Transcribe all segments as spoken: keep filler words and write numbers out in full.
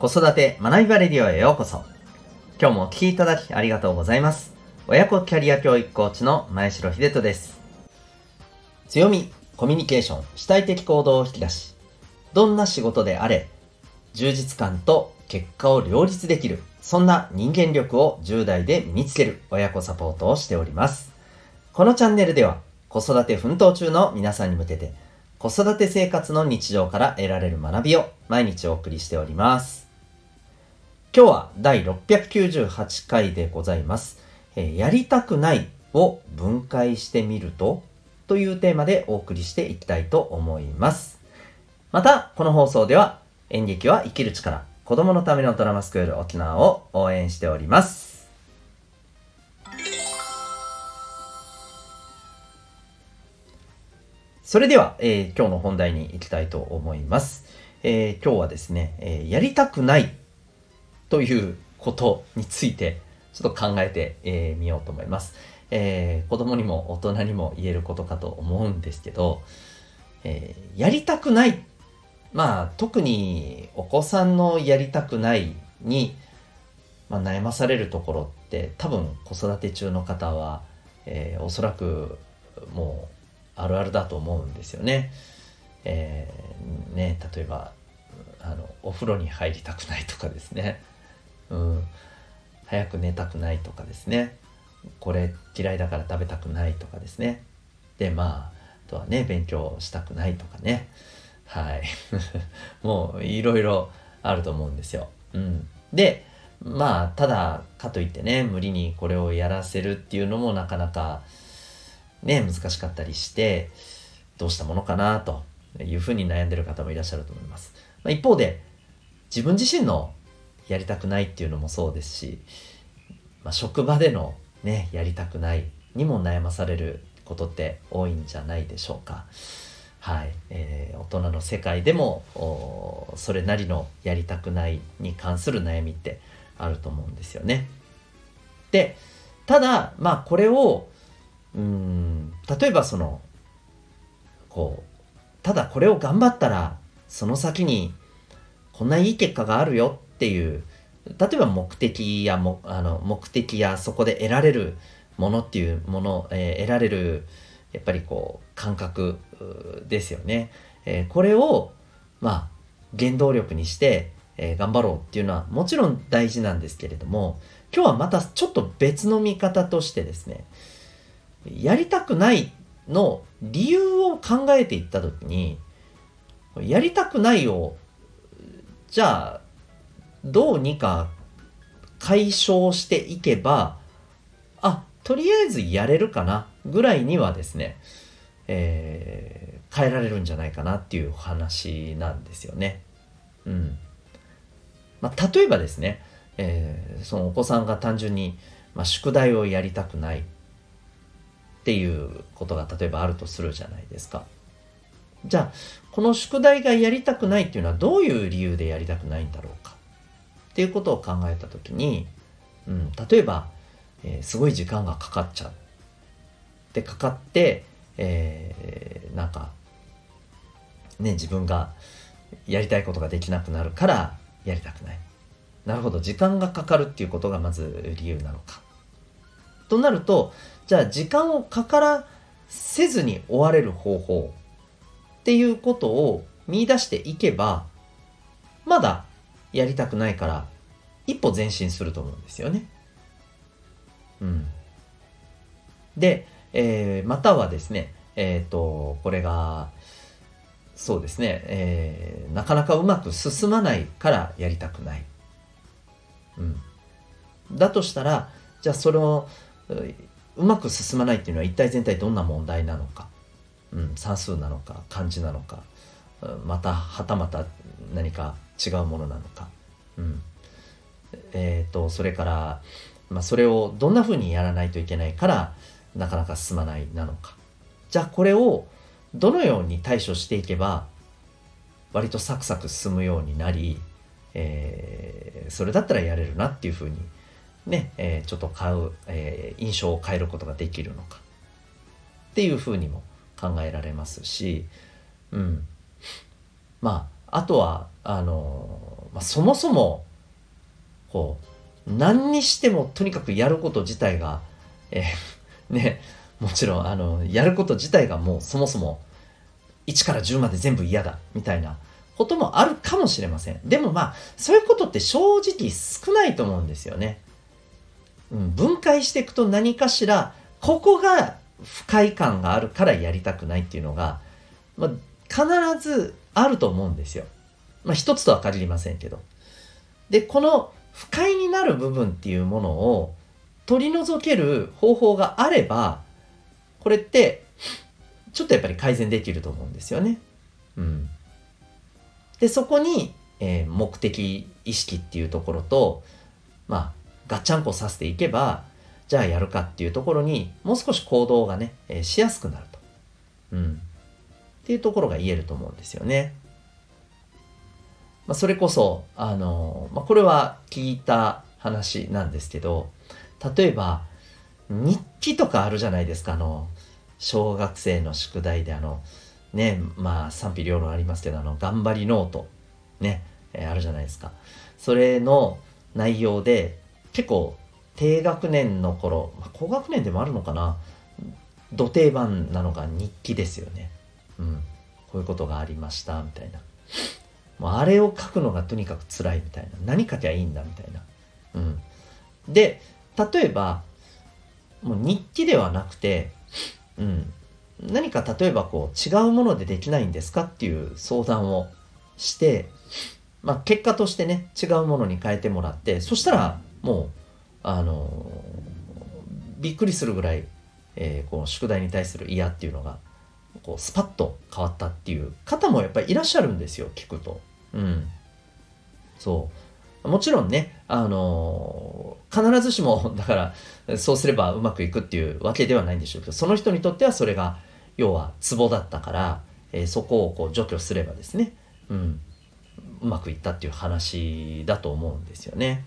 子育て学びバレディオへようこそ。今日もお聞きいただきありがとうございます。親子キャリア教育コーチの前城秀人です。強み、コミュニケーション、主体的行動を引き出し、どんな仕事であれ、充実感と結果を両立できる、そんな人間力をじゅう代で身につける親子サポートをしております。このチャンネルでは、子育て奮闘中の皆さんに向けて、子育て生活の日常から得られる学びを毎日お送りしております。今日はだいろっぴゃくきゅうじゅうはちかいでございます。えー、やりたくないを分解してみるとというテーマでお送りしていきたいと思います。また、この放送では演劇は生きる力、子供のためのドラマスクール沖縄を応援しております。それでは、えー、今日の本題に行きたいと思います。えー、今日はですね、えー、やりたくないということについてちょっと考えてみ、えー、ようと思います、えー。子供にも大人にも言えることかと思うんですけど、えー、やりたくない、まあ特にお子さんのやりたくないに、まあ、悩まされるところって多分子育て中の方は、えー、おそらくもうあるあるだと思うんですよね。えー、ね例えばあのお風呂に入りたくないとかですね、うん、早く寝たくないとかですね、これ嫌いだから食べたくないとかですね、でまああとはね勉強したくないとかね、はいもういろいろあると思うんですよ。うん、でまあただかといってね無理にこれをやらせるっていうのもなかなかね難しかったりして、どうしたものかなというふうに悩んでる方もいらっしゃると思います。まあ、一方で自分自身のやりたくないっていうのもそうですし、まあ、職場でのねやりたくないにも悩まされることって多いんじゃないでしょうか。はい、えー、大人の世界でもそれなりのやりたくないに関する悩みってあると思うんですよね。で、ただまあこれをうーん例えばそのこうただこれを頑張ったらその先にこんないい結果があるよっていう、例えば目的やもあの目的やそこで得られるものっていうもの、えー、得られるやっぱりこう感覚ですよね。えー、これをまあ原動力にして、えー、頑張ろうっていうのはもちろん大事なんですけれども、今日はまたちょっと別の見方としてですね、やりたくないの理由を考えていったときに、やりたくないをじゃあどうにか解消していけば、あ、とりあえずやれるかなぐらいにはですね、えー、変えられるんじゃないかなっていう話なんですよね。うん。まあ、例えばですね、えー、そのお子さんが単純に、まあ、宿題をやりたくないっていうことが例えばあるとするじゃないですか。じゃあこの宿題がやりたくないっていうのはどういう理由でやりたくないんだろうかっていうことを考えたときに、うん、例えば、えー、すごい時間がかかっちゃうでかかって、えー、なんかね自分がやりたいことができなくなるからやりたくない。なるほど、時間がかかるっていうことがまず理由なのかとなると、じゃあ時間をかからせずに終われる方法っていうことを見出していけば、まだやりたくないから一歩前進すると思うんですよね。うん。で、えー、またはですね、えっと、これが、そうですね、えー、なかなかうまく進まないからやりたくない。うん。だとしたら、じゃあそれをうまく進まないっていうのは一体全体どんな問題なのか。うん、算数なのか漢字なのか、またはたまた何か違うものなのか、うん、えーとそれから、まあ、それをどんな風にやらないといけないからなかなか進まないなのか、じゃあこれをどのように対処していけば割とサクサク進むようになり、えー、それだったらやれるなっていう風にね、えー、ちょっと買う、えー、印象を変えることができるのかっていう風にも考えられますし、うん、まああとはあの、まあ、そもそもこう何にしてもとにかくやること自体が、えー、ねもちろんあのやること自体がもうそもそもいちからじゅうまで全部嫌だみたいなこともあるかもしれません。でもまあそういうことって正直少ないと思うんですよね。うん、分解していくと何かしらここが不快感があるからやりたくないっていうのが、まあ、必ずあると思うんですよ。まあ一つとは限りませんけど。でこの不快になる部分っていうものを取り除ける方法があれば、これってちょっとやっぱり改善できると思うんですよね。うん、でそこに、えー、目的意識っていうところとまあガッチャンコさせていけば、じゃあやるかっていうところにもう少し行動がね、えー、しやすくなると、うん、っていうところが言えると思うんですよね。まあ、それこそあのーまあ、これは聞いた話なんですけど、例えば日記とかあるじゃないですか。あの小学生の宿題であのねまあ賛否両論ありますけど、あの頑張りノートね、えー、あるじゃないですか。それの内容で結構低学年の頃、まあ、高学年でもあるのかな、ど定番なのが日記ですよね。うん、こういうことがありましたみたいな。もうあれを書くのがとにかく辛いみたいな。何書きゃいいんだみたいな。うん、で例えばもう日記ではなくて、うん、何か例えばこう違うものでできないんですかっていう相談をして、まあ、結果としてね違うものに変えてもらって、そしたらもうあのー、びっくりするぐらい、えー、この宿題に対する嫌っていうのがこうスパッと変わったっていう方もやっぱりいらっしゃるんですよ、聞くと。うん、そうもちろんね、あのー、必ずしもだからそうすればうまくいくっていうわけではないんでしょうけど、その人にとってはそれが要はツボだったから、えー、そこをこう除去すればですね、うん、うまくいったっていう話だと思うんですよね。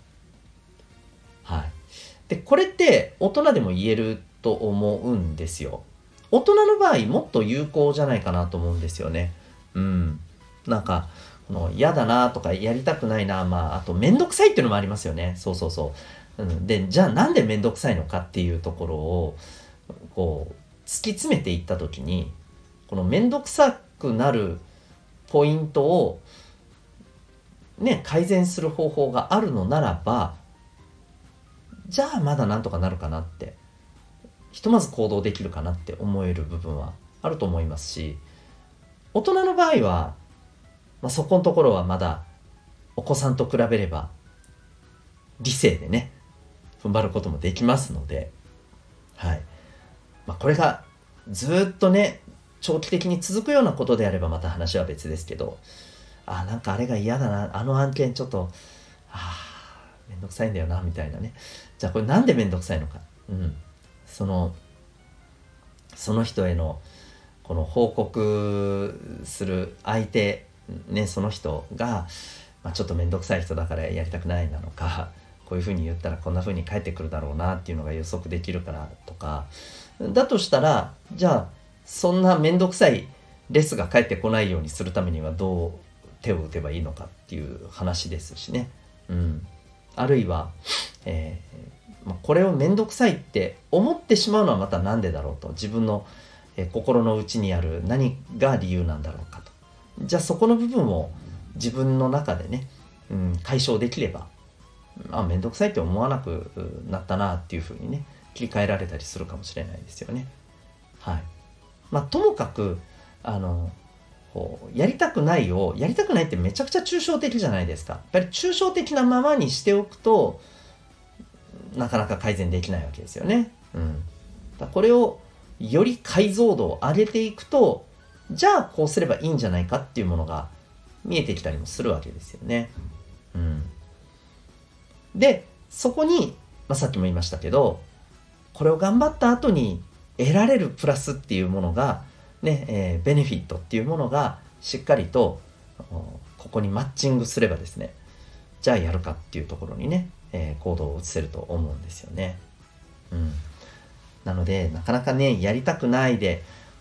はい。でこれって大人でも言えると思うんですよ。大人の場合もっと有効じゃないかなと思うんですよね。うん。なんかこの嫌だなとかやりたくないな、まああとめんどくさいっていうのもありますよね。そうそうそう。うん、でじゃあなんでめんどくさいのかっていうところをこう突き詰めていった時に、このめんどくさくなるポイントをね改善する方法があるのならば、じゃあまだなんとかなるかなって、ひとまず行動できるかなって思える部分はあると思いますし、大人の場合は、まあ、そこのところはまだお子さんと比べれば理性でね踏ん張ることもできますので、はい、まあ、これがずっとね長期的に続くようなことであればまた話は別ですけど、あなんかあれが嫌だな、あの案件ちょっとあめんどくさいんだよなみたいなね。じゃあこれなんでめんどくさいのか、うん、そのその人へのこの報告する相手ね、その人が、まあ、ちょっとめんどくさい人だからやりたくないなのか、こういうふうに言ったらこんなふうに返ってくるだろうなっていうのが予測できるからとか、だとしたらじゃあそんなめんどくさいレスが返ってこないようにするためにはどう手を打てばいいのかっていう話ですしね。うん、あるいは、えーまあ、これをめんどくさいって思ってしまうのはまたなんでだろうと、自分の、えー、心の内にある何が理由なんだろうかと。じゃあそこの部分を自分の中でね、うん、解消できれば、あめんどくさいって思わなくなったなっていうふうにね切り替えられたりするかもしれないですよね。はい。まあともかくあのこうやりたくないをやりたくないってめちゃくちゃ抽象的じゃないですか。やっぱり抽象的なままにしておくとなかなか改善できないわけですよね。うん。だこれをより解像度を上げていくと、じゃあこうすればいいんじゃないかっていうものが見えてきたりもするわけですよね。うん。でそこに、まあ、さっきも言いましたけど、これを頑張った後に得られるプラスっていうものがね、えー、ベネフィットっていうものがしっかりとここにマッチングすればですね、じゃあやるかっていうところにね、えー、行動を移せると思うんですよね。うん。なのでなかなかねやりたくないで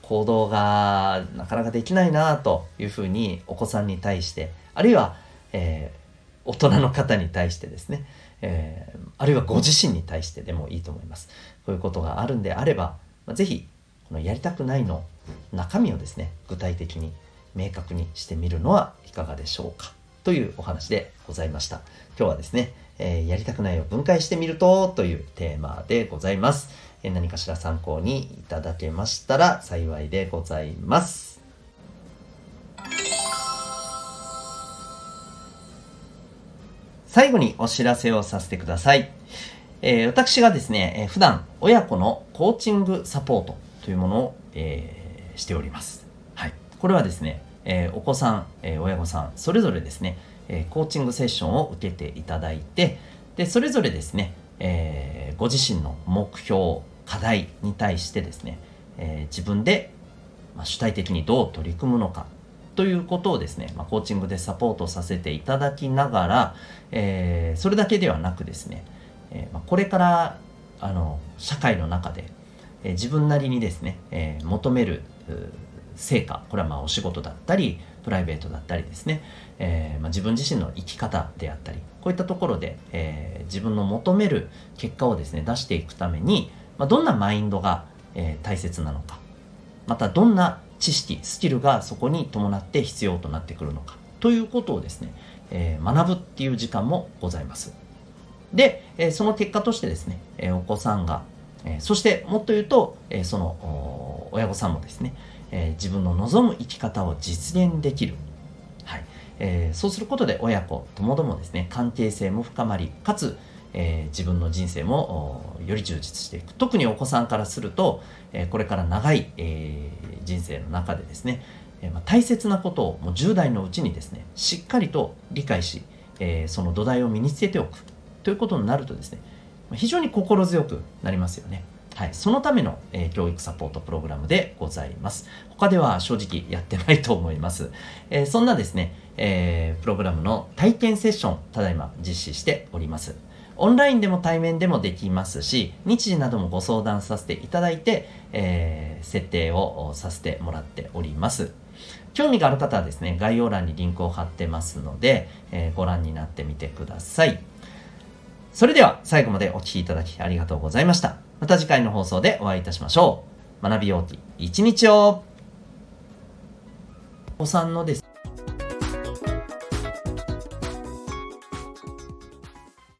行動がなかなかできないなというふうにお子さんに対して、あるいは、えー、大人の方に対してですね、えー、あるいはご自身に対してでもいいと思います。こういうことがあるんであれば、ぜひこのやりたくないの中身をですね、具体的に明確にしてみるのはいかがでしょうかというお話でございました。今日はですね、えー、やりたくないを分解してみるとというテーマでございます。えー、何かしら参考にいただけましたら幸いでございます。最後にお知らせをさせてください。えー、私がですね、えー、普段親子のコーチングサポートというものを、えー、しております。はい、これはですね、えー、お子さん、えー、親御さんそれぞれですね、えー、コーチングセッションを受けていただいて、でそれぞれですね、えー、ご自身の目標課題に対してですね、えー、自分で、まあ、主体的にどう取り組むのかということをですね、まあ、コーチングでサポートさせていただきながら、えー、それだけではなくですね、えーまあ、これからあの社会の中で、えー、自分なりにですね、えー、求める成果、これはまあお仕事だったりプライベートだったりですね、えーまあ、自分自身の生き方であったり、こういったところで、えー、自分の求める結果をですね出していくために、まあ、どんなマインドが、えー、大切なのか、またどんな知識スキルがそこに伴って必要となってくるのかということをですね、えー、学ぶっていう時間もございます。で、えー、その結果としてですね、えー、お子さんが、えー、そしてもっと言うと、えー、その親御さんもですね、えー、自分の望む生き方を実現できる、はいえー、そうすることで親子ともどもですね関係性も深まり、かつ、えー、自分の人生もより充実していく。特にお子さんからすると、えー、これから長い、えー、人生の中でですね、えーまあ、大切なことをもうじゅう代のうちにですねしっかりと理解し、えー、その土台を身につけておくということになるとですね、非常に心強くなりますよね。はい、そのための、えー、教育サポートプログラムでございます。他では正直やってないと思います。えー、そんなですね、えー、プログラムの体験セッション、ただいま実施しております。オンラインでも対面でもできますし、日時などもご相談させていただいて、えー、設定をさせてもらっております。興味がある方はですね、概要欄にリンクを貼ってますので、えー、ご覧になってみてください。それでは最後までお聞きいただきありがとうございました。また次回の放送でお会いいたしましょう。学びようき一日を。お子さんのです